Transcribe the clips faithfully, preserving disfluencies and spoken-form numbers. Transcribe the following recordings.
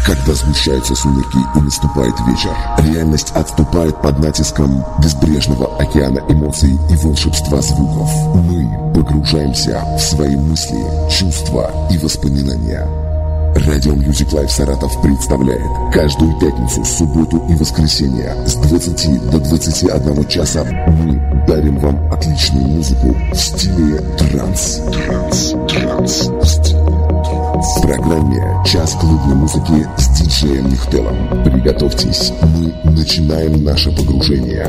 Когда сгущаются сумерки и наступает вечер, реальность отступает под натиском безбрежного океана эмоций и волшебства звуков. Мы погружаемся в свои мысли, чувства и воспоминания. Радио Music Life Саратов представляет каждую пятницу, субботу и воскресенье с двадцати до двадцати одного часа мы дарим вам отличную музыку в стиле транс. Транс, транс, в программе «Час клубной музыки» с диджеем Нихтелом. Приготовьтесь, мы начинаем наше погружение.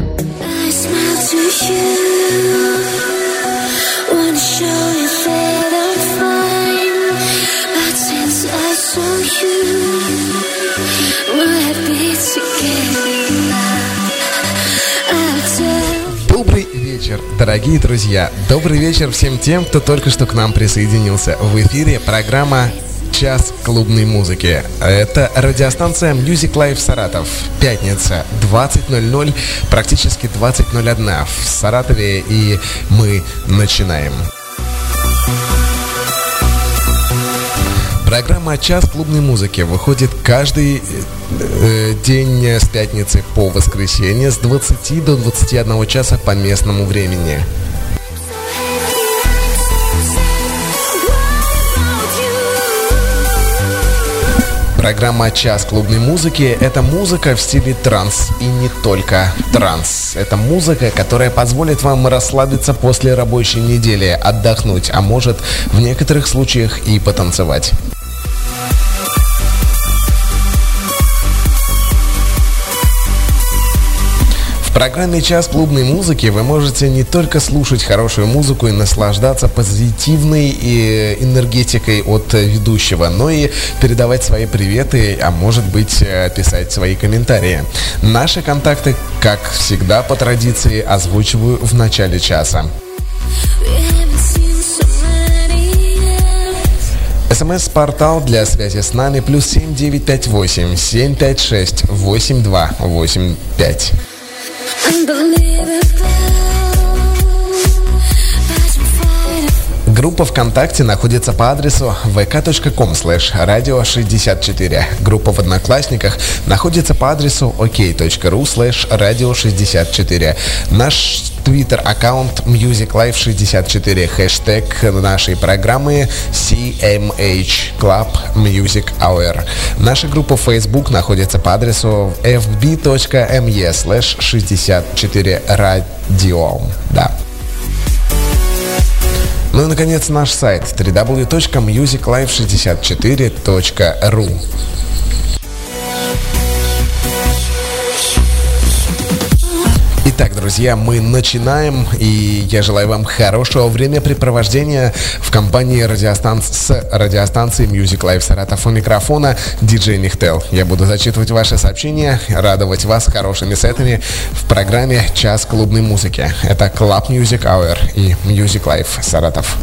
Добрый вечер, дорогие друзья. Добрый вечер всем тем, кто только что к нам присоединился. В эфире программа «Час клубной музыки». Это радиостанция Music Life Саратов. Пятница, двадцать ноль ноль, практически двадцать ноль один в Саратове, и мы начинаем. Программа «Час клубной музыки» выходит каждый э, день с пятницы по воскресенье с двадцати до двадцати одного часа по местному времени. Программа «Час клубной музыки» — это музыка в стиле транс и не только транс. Это музыка, которая позволит вам расслабиться после рабочей недели, отдохнуть, а может в некоторых случаях и потанцевать. В программе «Час клубной музыки» вы можете не только слушать хорошую музыку и наслаждаться позитивной и энергетикой от ведущего, но и передавать свои приветы, а может быть писать свои комментарии. Наши контакты, как всегда по традиции, озвучиваю в начале часа. СМС-портал для связи с нами плюс семь девять пять восемь семь пять шесть восемь два восемь пять. Группа ВКонтакте находится по адресу вэ ка точка ком слэш радио шестьдесят четыре. Группа в Одноклассниках находится по адресу окей точка ру слэш радио шестьдесят четыре. Наш твиттер-аккаунт Music Life шестьдесят четыре. Хэштег нашей программы си эм эйч Club Music Hour. Наша группа в Facebook находится по адресу эф би точка эм и слэш шестьдесят четыре радио. Да. Ну и, наконец, наш сайт дабл ю дабл ю дабл ю точка мьюзик лайф шестьдесят четыре точка ру. Итак, друзья, мы начинаем, и я желаю вам хорошего времяпрепровождения в компании радиостанции с радиостанцией Music Life Саратов. У микрофона диджей Нихтел. Я буду зачитывать ваши сообщения, радовать вас хорошими сетами в программе «Час клубной музыки». Это Club Music Hour и Music Life Саратов.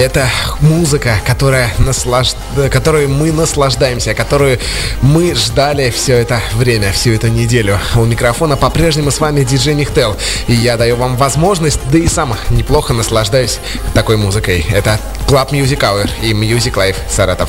Это музыка, которая наслаж... которой мы наслаждаемся, которую мы ждали все это время, всю эту неделю. У микрофона по-прежнему с вами диджей Нихтел. И я даю вам возможность, да и сам неплохо наслаждаюсь такой музыкой. Это Club Music Hour и Music Life Саратов.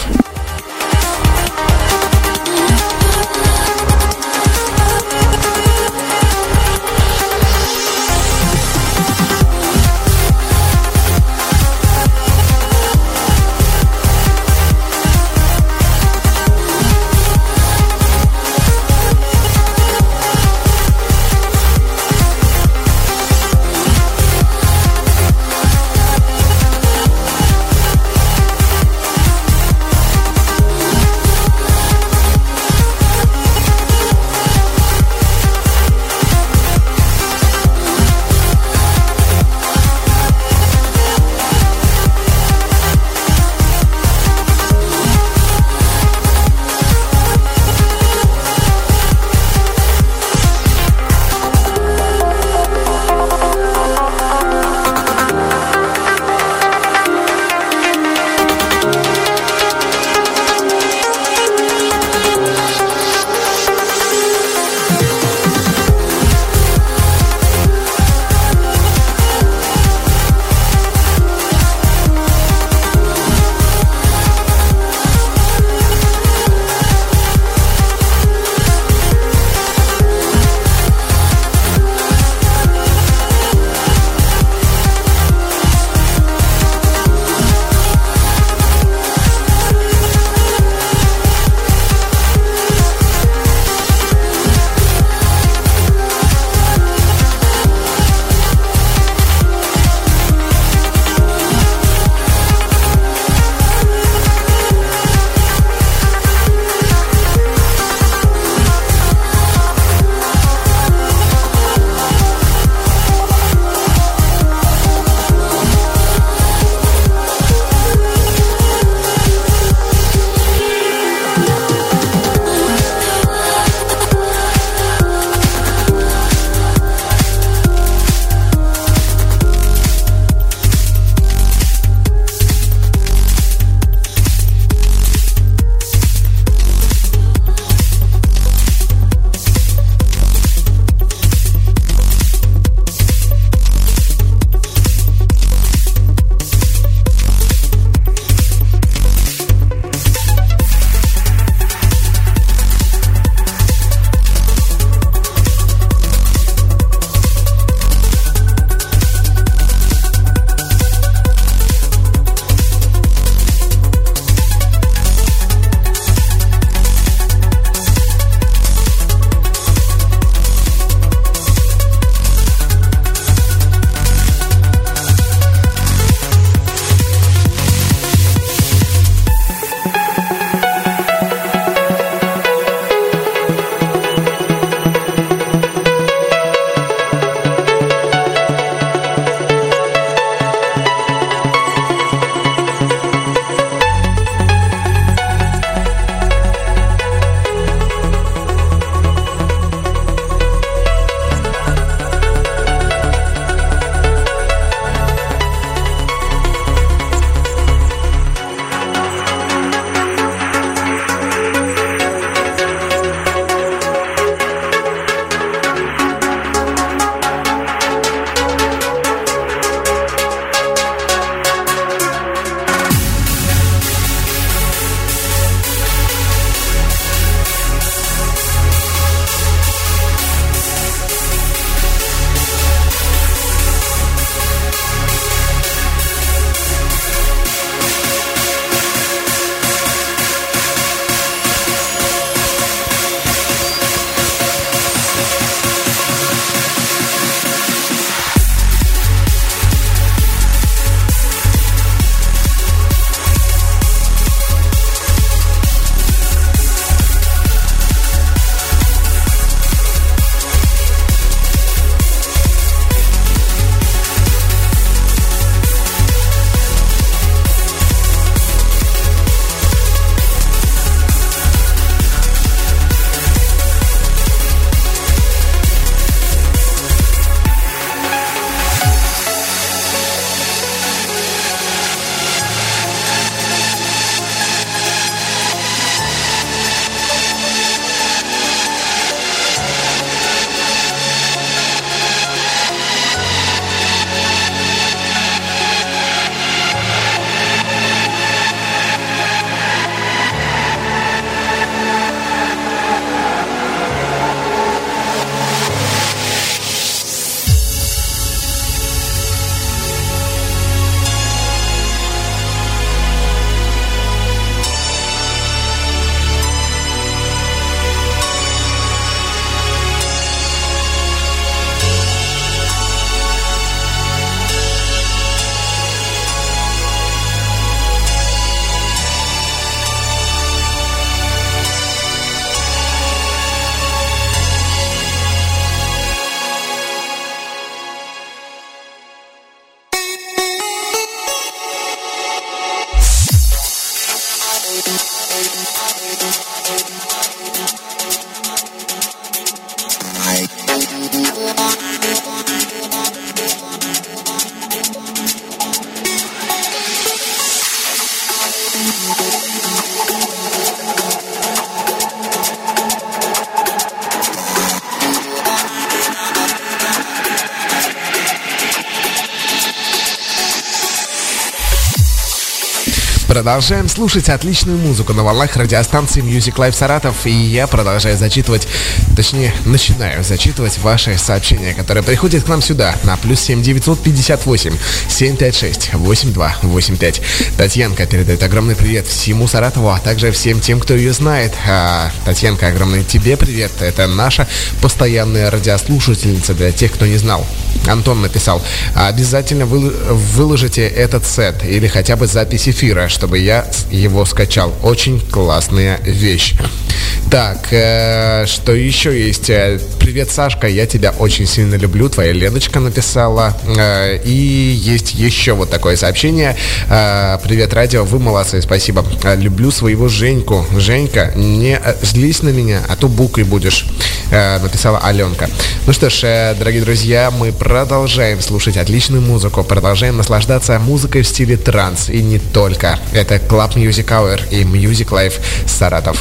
Продолжаем слушать отличную музыку на волнах радиостанции Music Live Саратов. И я продолжаю зачитывать, точнее, начинаю зачитывать ваши сообщения, которые приходят к нам сюда на плюс семь девятьсот пятьдесят восемь семь пять шесть восемь два восемь пять. Татьянка передает огромный привет всему Саратову, а также всем тем, кто ее знает. А, Татьянка, огромный тебе привет. Это наша постоянная радиослушательница, для тех, кто не знал. Антон написал: обязательно вы, выложите этот сет или хотя бы запись эфира, чтобы я его скачал. Очень классная вещь. Так, э, что еще есть? Привет, Сашка, я тебя очень сильно люблю. Твоя Леночка написала. Э, и есть еще вот такое сообщение. Э, привет, радио, вы молодцы, спасибо. Люблю своего Женьку. Женька, не злись на меня, а то букой будешь. Э, написала Аленка. Ну что ж, э, дорогие друзья, мы продолжаем слушать отличную музыку, продолжаем наслаждаться музыкой в стиле транс и не только. Это Club Music Hour и Music Live Саратов.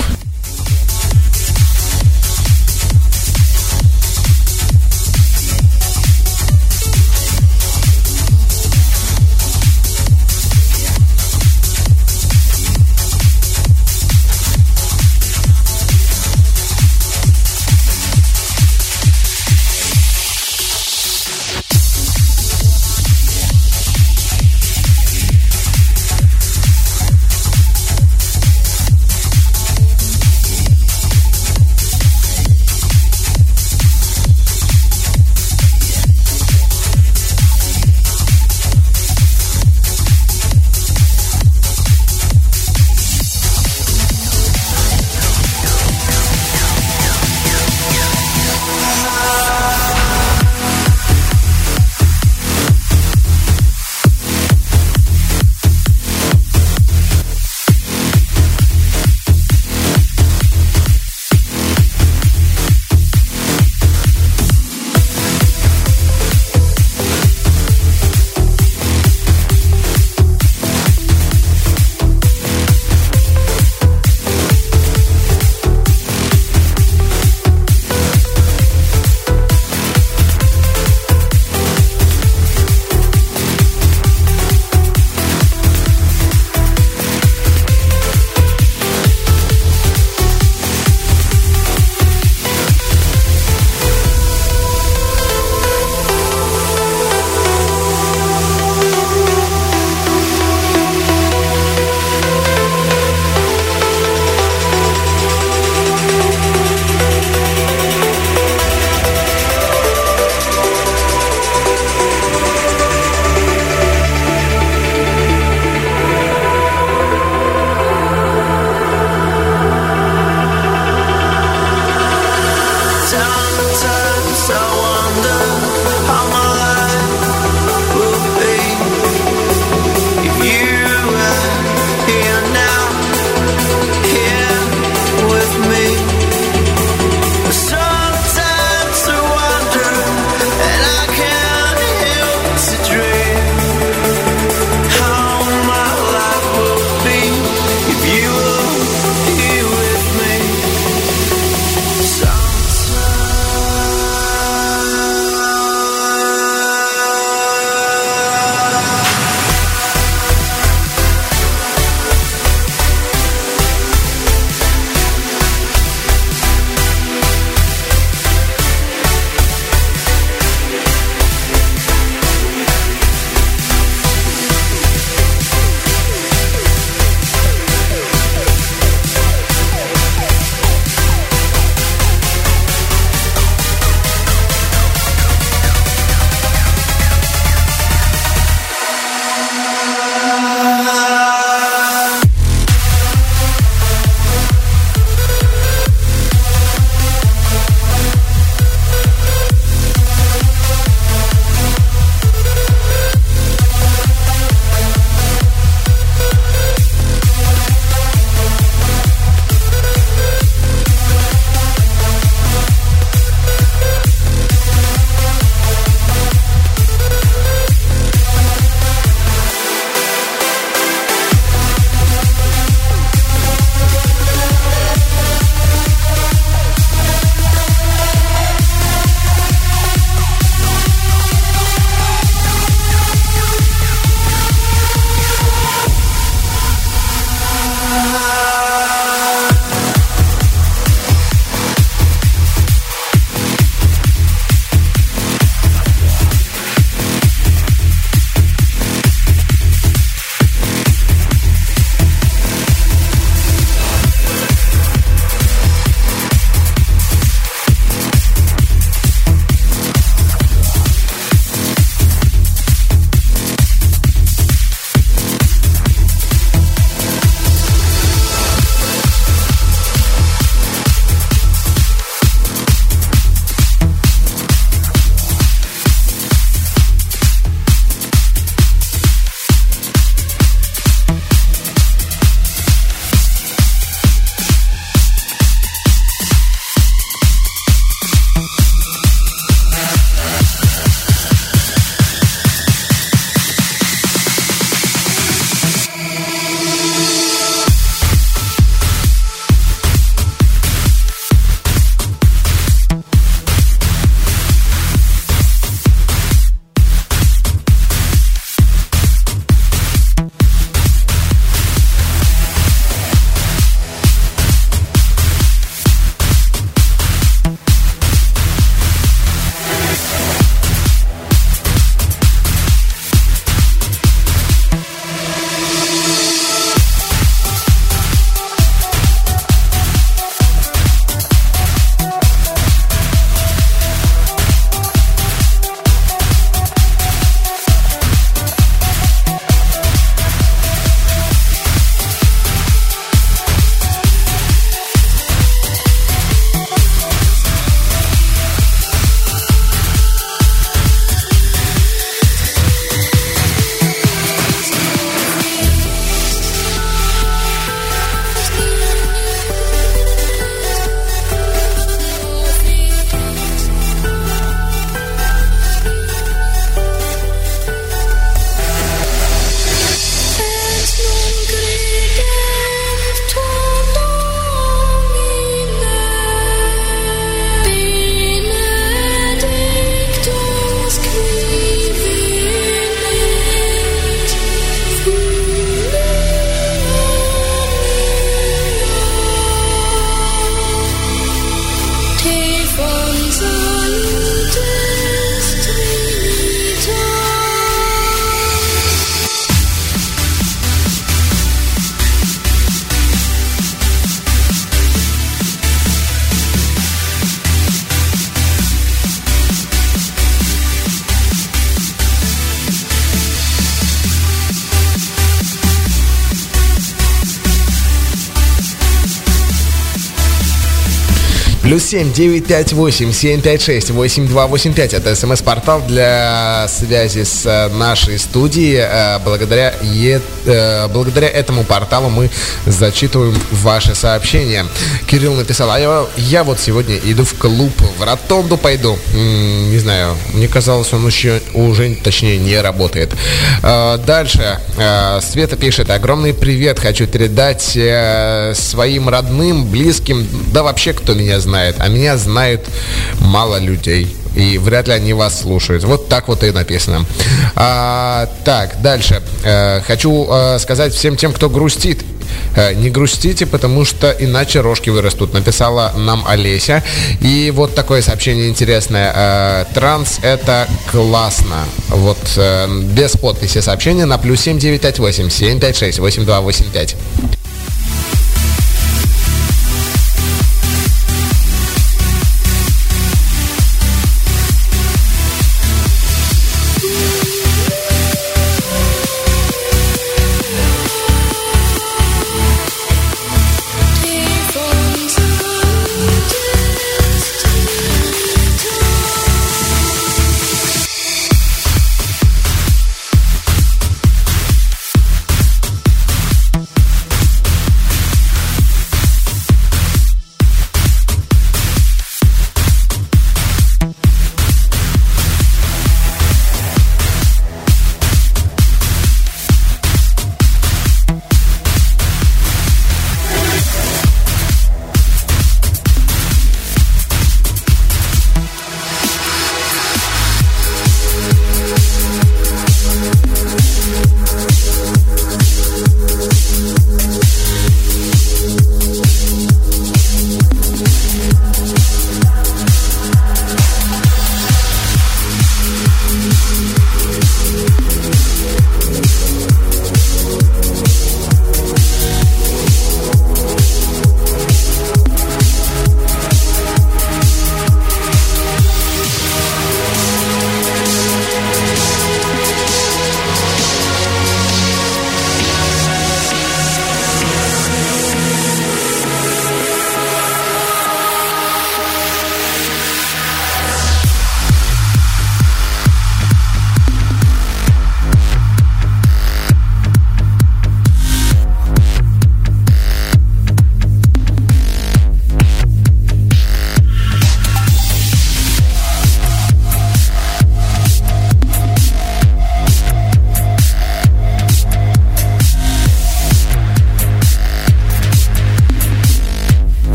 Плюс семь девять пять восемь семь пять шесть восемь два восемь пять. Это смс-портал для связи с нашей студией. Благодаря, е... Благодаря этому порталу мы зачитываем ваши сообщения. Кирилл написал: а я, я вот сегодня иду в клуб, в ротонду пойду. М-м, не знаю, мне казалось, он еще уже, точнее, не работает. Дальше Света пишет: огромный привет хочу передать своим родным, близким, да вообще кто меня знает. А меня знают мало людей. И вряд ли они вас слушают. Вот так вот и написано. а, Так, дальше э, Хочу э, сказать всем тем, кто грустит: э, не грустите, потому что иначе рожки вырастут. Написала нам Олеся. И вот такое сообщение интересное. э, Транс — это классно. Вот э, без подписи сообщение на плюс семь девять пять восемь семь пять шесть восемь два восемь пять.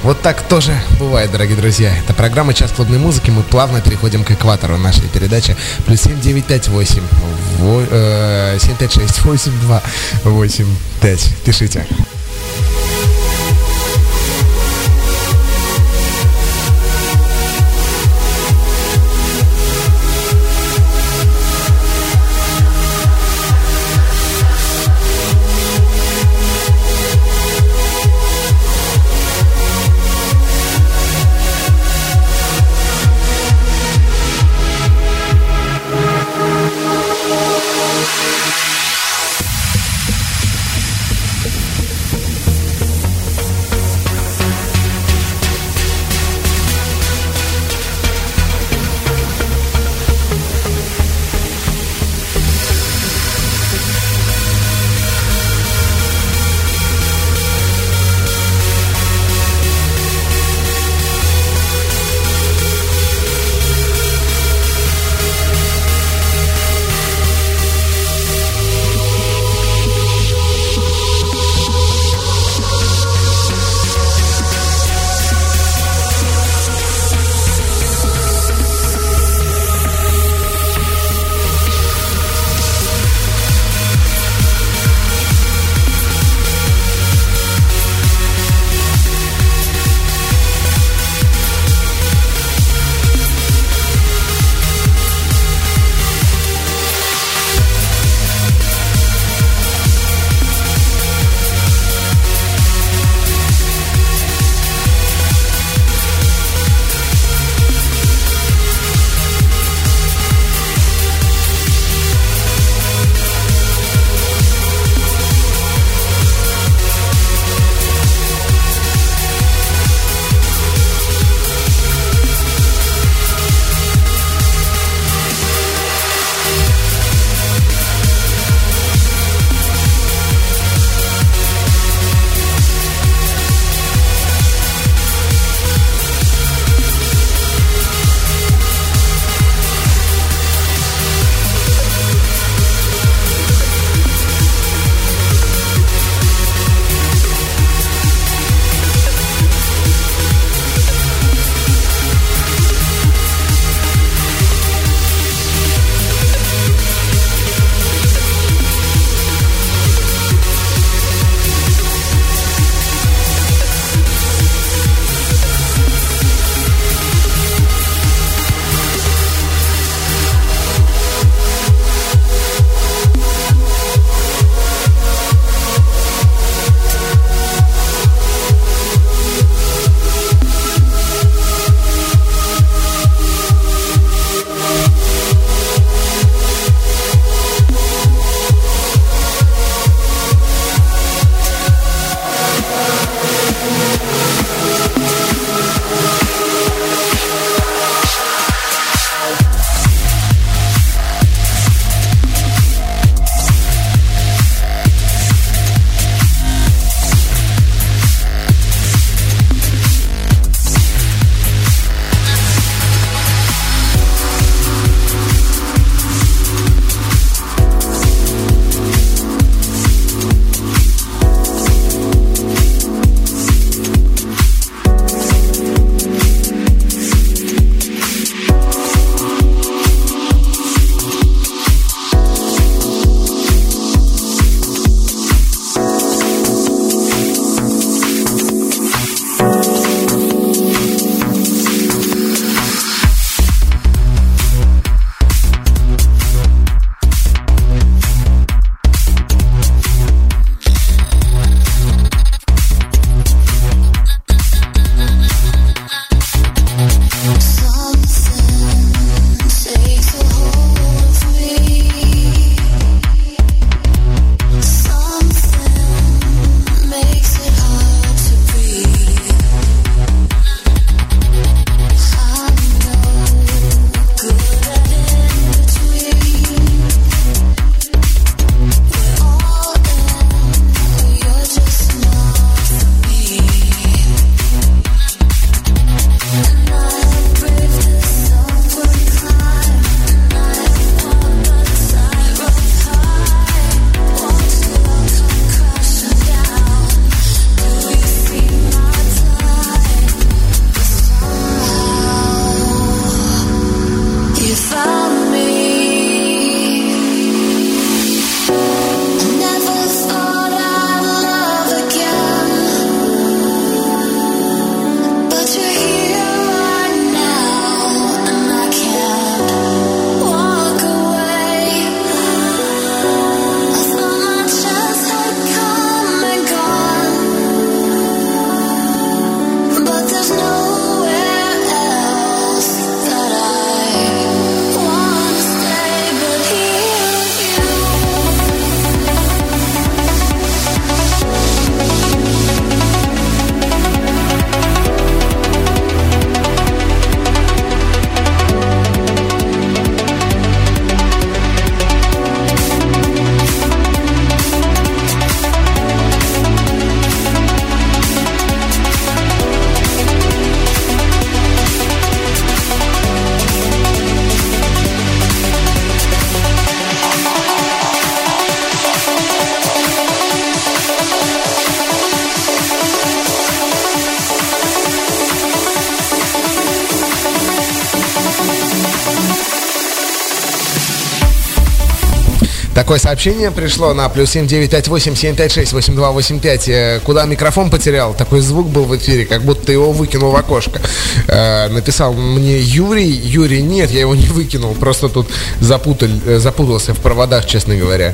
Вот так тоже бывает, дорогие друзья. Это программа «Час клубной музыки». Мы плавно переходим к экватору нашей передачи. Плюс семь девять пять восемь семь пять шесть восемь два восемь пять. Пишите. Такое сообщение пришло на плюс семь девять пять восемь семь пять шесть восемь два восемь пять. Куда микрофон потерял? Такой звук был в эфире, как будто ты его выкинул в окошко. Э, написал мне Юрий. Юрий, нет, я его не выкинул. Просто тут запутал, запутался в проводах, честно говоря.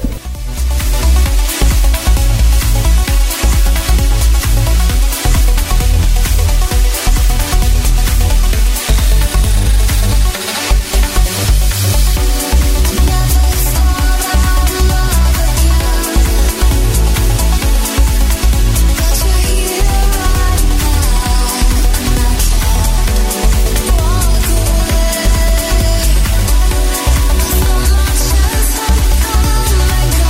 Oh my God.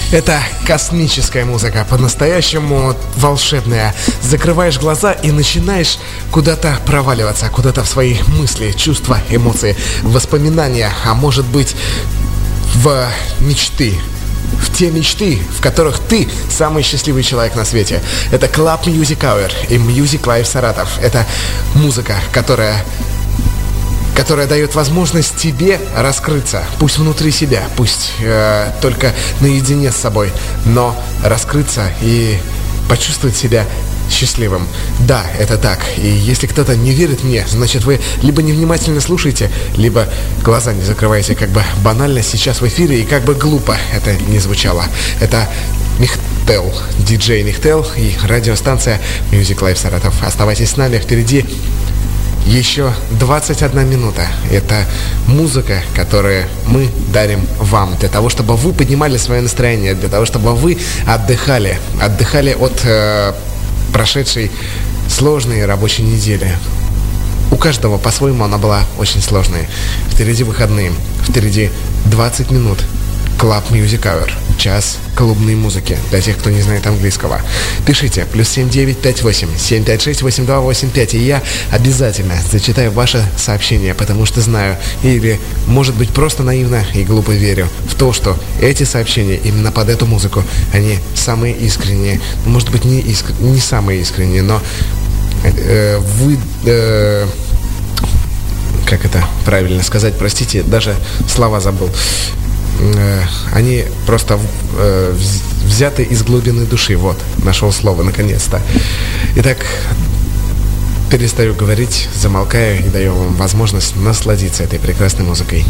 Это космическая музыка, по-настоящему волшебная. Закрываешь глаза и начинаешь куда-то проваливаться, куда-то в свои мысли, чувства, эмоции, воспоминания, а может быть в мечты. В те мечты, в которых ты самый счастливый человек на свете. Это Club Music Hour и Music Live Саратов. Это музыка, которая... которая дает возможность тебе раскрыться, пусть внутри себя, пусть э, только наедине с собой, но раскрыться и почувствовать себя счастливым. Да, это так. И если кто-то не верит мне, значит вы либо невнимательно слушаете, либо глаза не закрываете, как бы банально сейчас в эфире и как бы глупо это не звучало. Это Михтел, диджей Михтел и радиостанция Music Live Саратов. Оставайтесь с нами, впереди еще двадцать одна минута. Это музыка, которую мы дарим вам, для того, чтобы вы поднимали свое настроение, для того, чтобы вы отдыхали, отдыхали от э, прошедшей сложной рабочей недели. У каждого по-своему она была очень сложной. Впереди выходные, впереди двадцать минут. Club Music Hour. Час клубной музыки. Для тех, кто не знает английского. Пишите. Плюс семь девять пять восемь семь пять шесть восемь два восемь пять. И я обязательно зачитаю ваше сообщение, потому что знаю, или, может быть, просто наивно и глупо верю в то, что эти сообщения именно под эту музыку, они самые искренние. Может быть, не, искр... не самые искренние, но э, вы... Э, как это правильно сказать? Простите, даже слова забыл. Они просто э, взяты из глубины души. Вот, нашел слово, наконец-то. Итак, перестаю говорить, замолкаю и даю вам возможность насладиться этой прекрасной музыкой.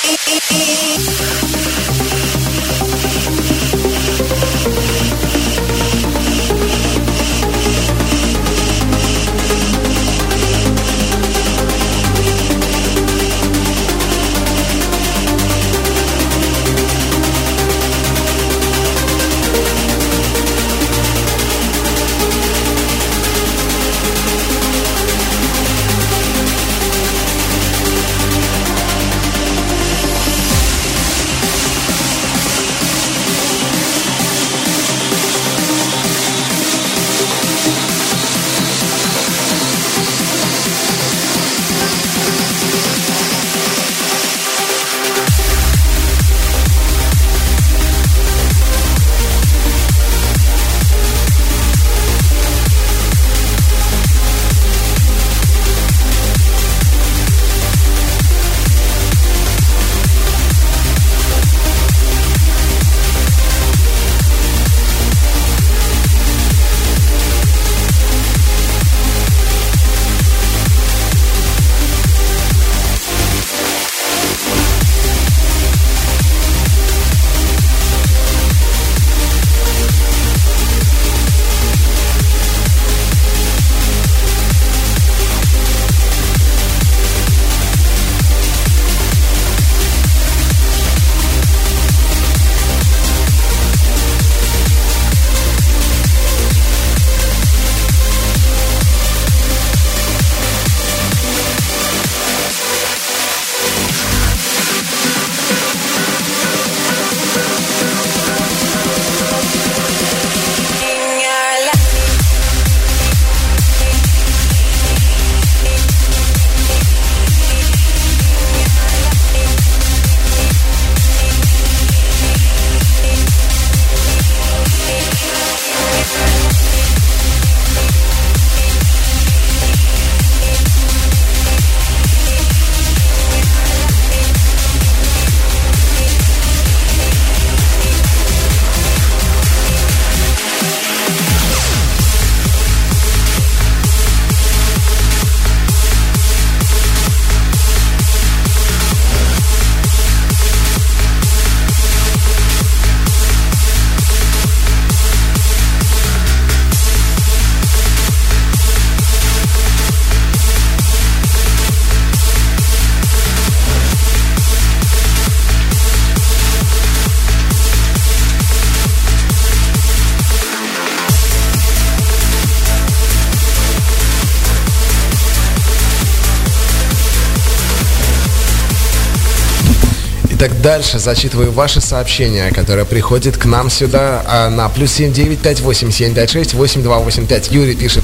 Так дальше зачитываю ваши сообщения, которые приходят к нам сюда на плюс семь девять пять восемь семь пять шесть восемь два восемь пять. Юрий пишет: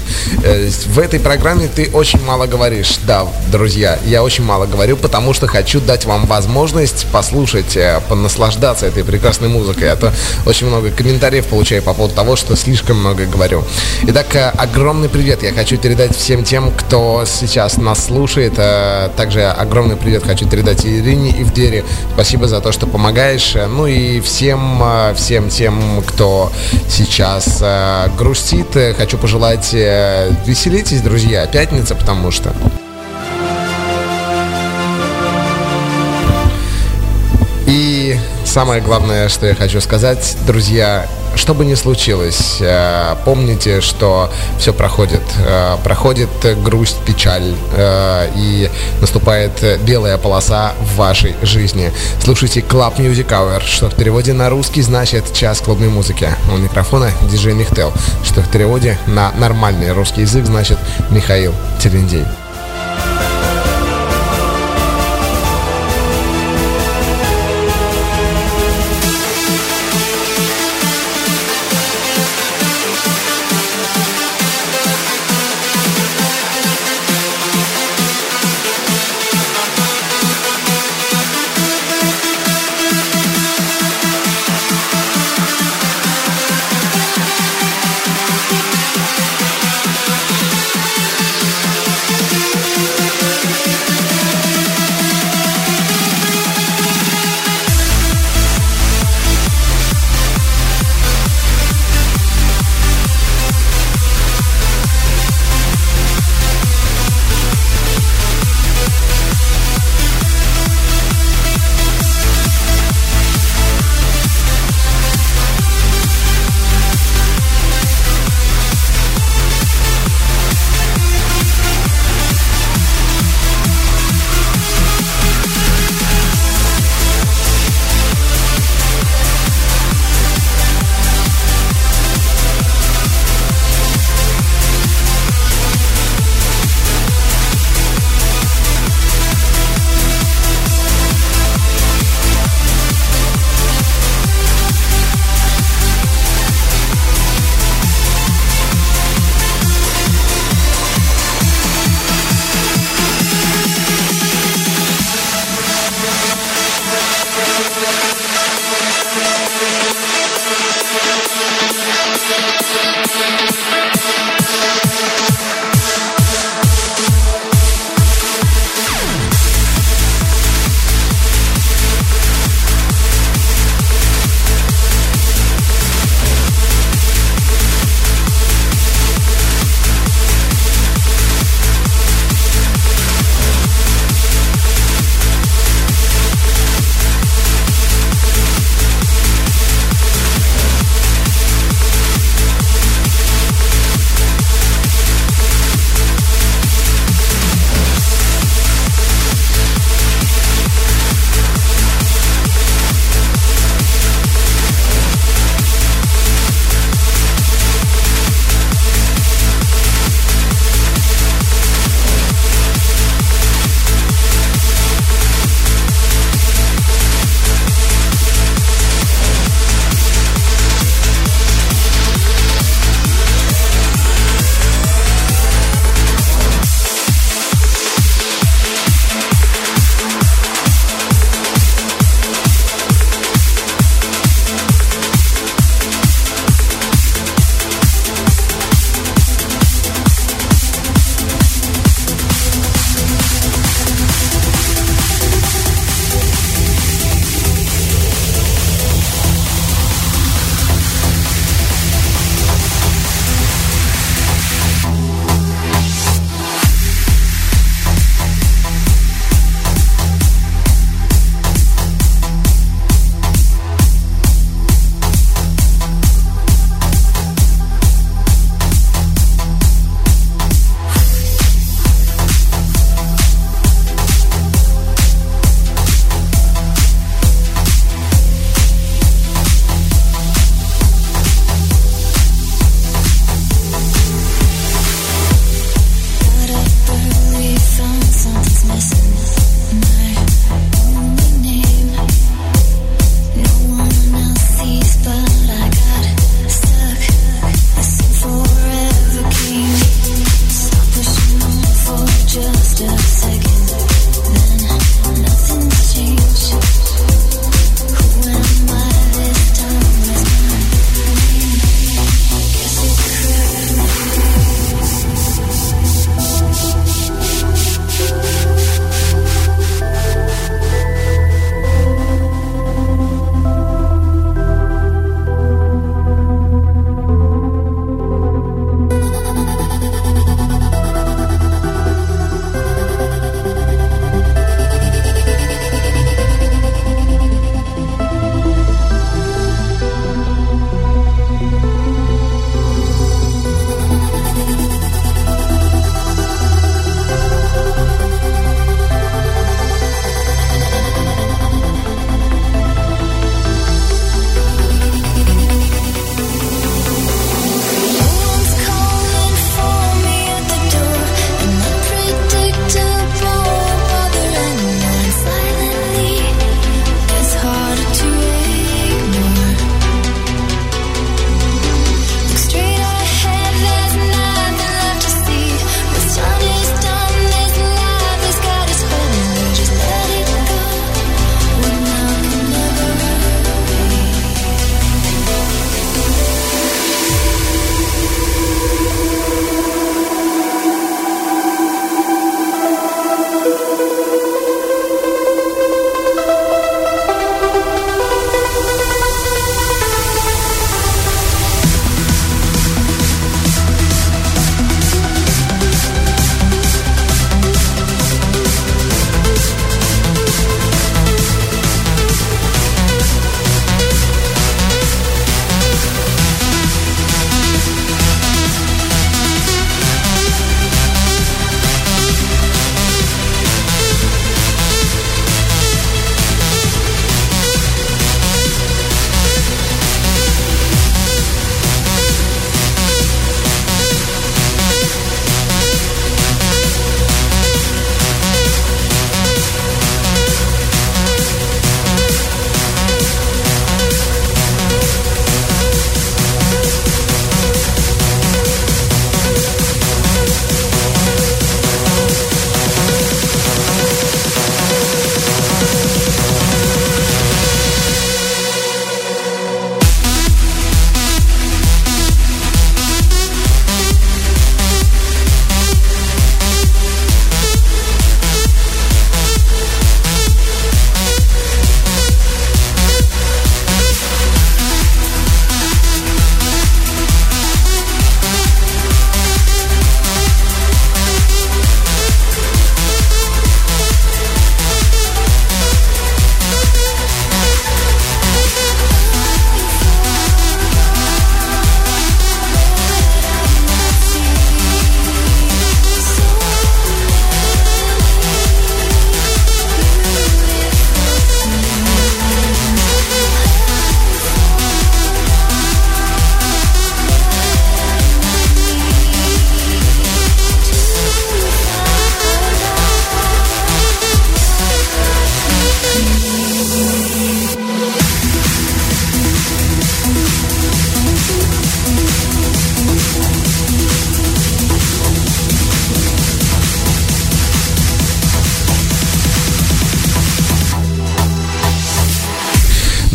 в этой программе ты очень мало говоришь. Да, друзья, я очень мало говорю, потому что хочу дать вам возможность послушать, понаслаждаться этой прекрасной музыкой. А то очень много комментариев получаю по поводу того, что слишком много говорю. Итак, огромный привет я хочу передать всем тем, кто сейчас нас слушает. Также огромный привет хочу передать Ирине и в двери. Спасибо за то, что помогаешь. Ну и всем, всем тем, кто сейчас э, грустит, хочу пожелать э, веселитесь, друзья. Пятница, потому что... И самое главное, что я хочу сказать, друзья, что бы ни случилось, помните, что все проходит. Проходит грусть, печаль, и наступает белая полоса в вашей жизни. Слушайте Club Music Hour, что в переводе на русский значит «час клубной музыки». У микрофона диджей Михтел, что в переводе на нормальный русский язык значит Михаил Терендей. We'll be right back.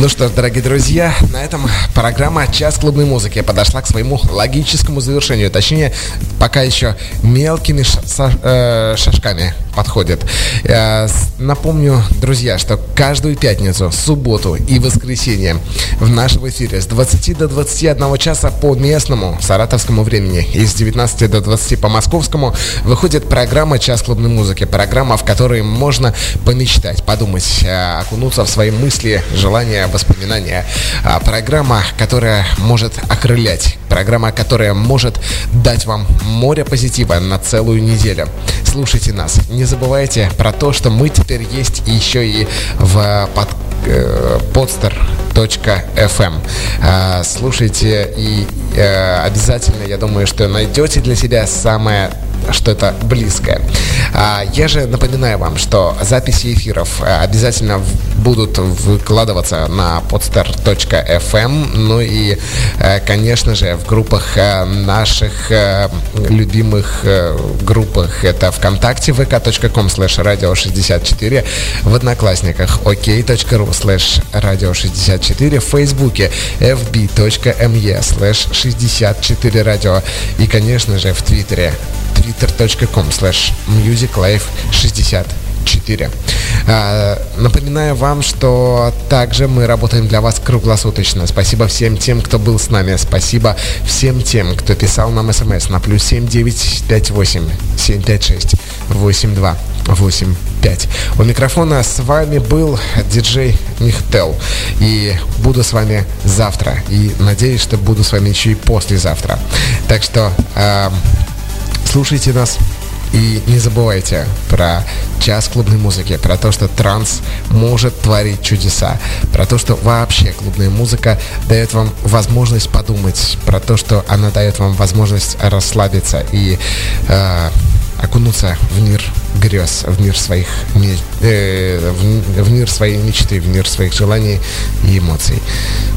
Ну что ж, дорогие друзья, на этом программа «Час клубной музыки» подошла к своему логическому завершению. Точнее, пока еще мелкими шажками подходит. Напомню, друзья, что каждую пятницу, субботу и воскресенье в нашем эфире с двадцати до двадцати одного часа по местному саратовскому времени и с девятнадцати до двадцати по московскому выходит программа «Час клубной музыки». Программа, в которой можно помечтать, подумать, окунуться в свои мысли, желания, воспоминания. Программа, которая может окрылять. Программа, которая может дать вам море позитива на целую неделю. Слушайте нас. Не забывайте про то, что мы теперь есть еще и в под, э, podster точка эф эм. Э, слушайте и э, обязательно, я думаю, что найдете для себя самое что-то близкое. А, я же напоминаю вам, что записи эфиров обязательно будут выкладываться на podster точка эф эм. Ну и, конечно же, в группах наших любимых группах. Это ВКонтакте вэ ка точка ком слэш радио шестьдесят четыре, в Одноклассниках окей точка ру слэш радио шестьдесят четыре, в Фейсбуке эф би точка эм и слэш шестьдесят четыре радио и, конечно же, в Твиттере твиттер точка ком слэш мьюзик лайф шестьдесят четыре. А, напоминаю вам, что также мы работаем для вас круглосуточно. Спасибо всем тем, кто был с нами. Спасибо всем тем, кто писал нам смс на плюс семь девять пять восемь семь пять шесть восемь два восемь пять. У микрофона с вами был диджей Михтел. И буду с вами завтра. И надеюсь, что буду с вами еще и послезавтра. Так что а, слушайте нас и не забывайте про час клубной музыки, про то, что транс может творить чудеса, про то, что вообще клубная музыка дает вам возможность подумать, про то, что она дает вам возможность расслабиться и э, окунуться в мир грез, в мир своих э, в, в мир своей мечты, в мир своих желаний и эмоций.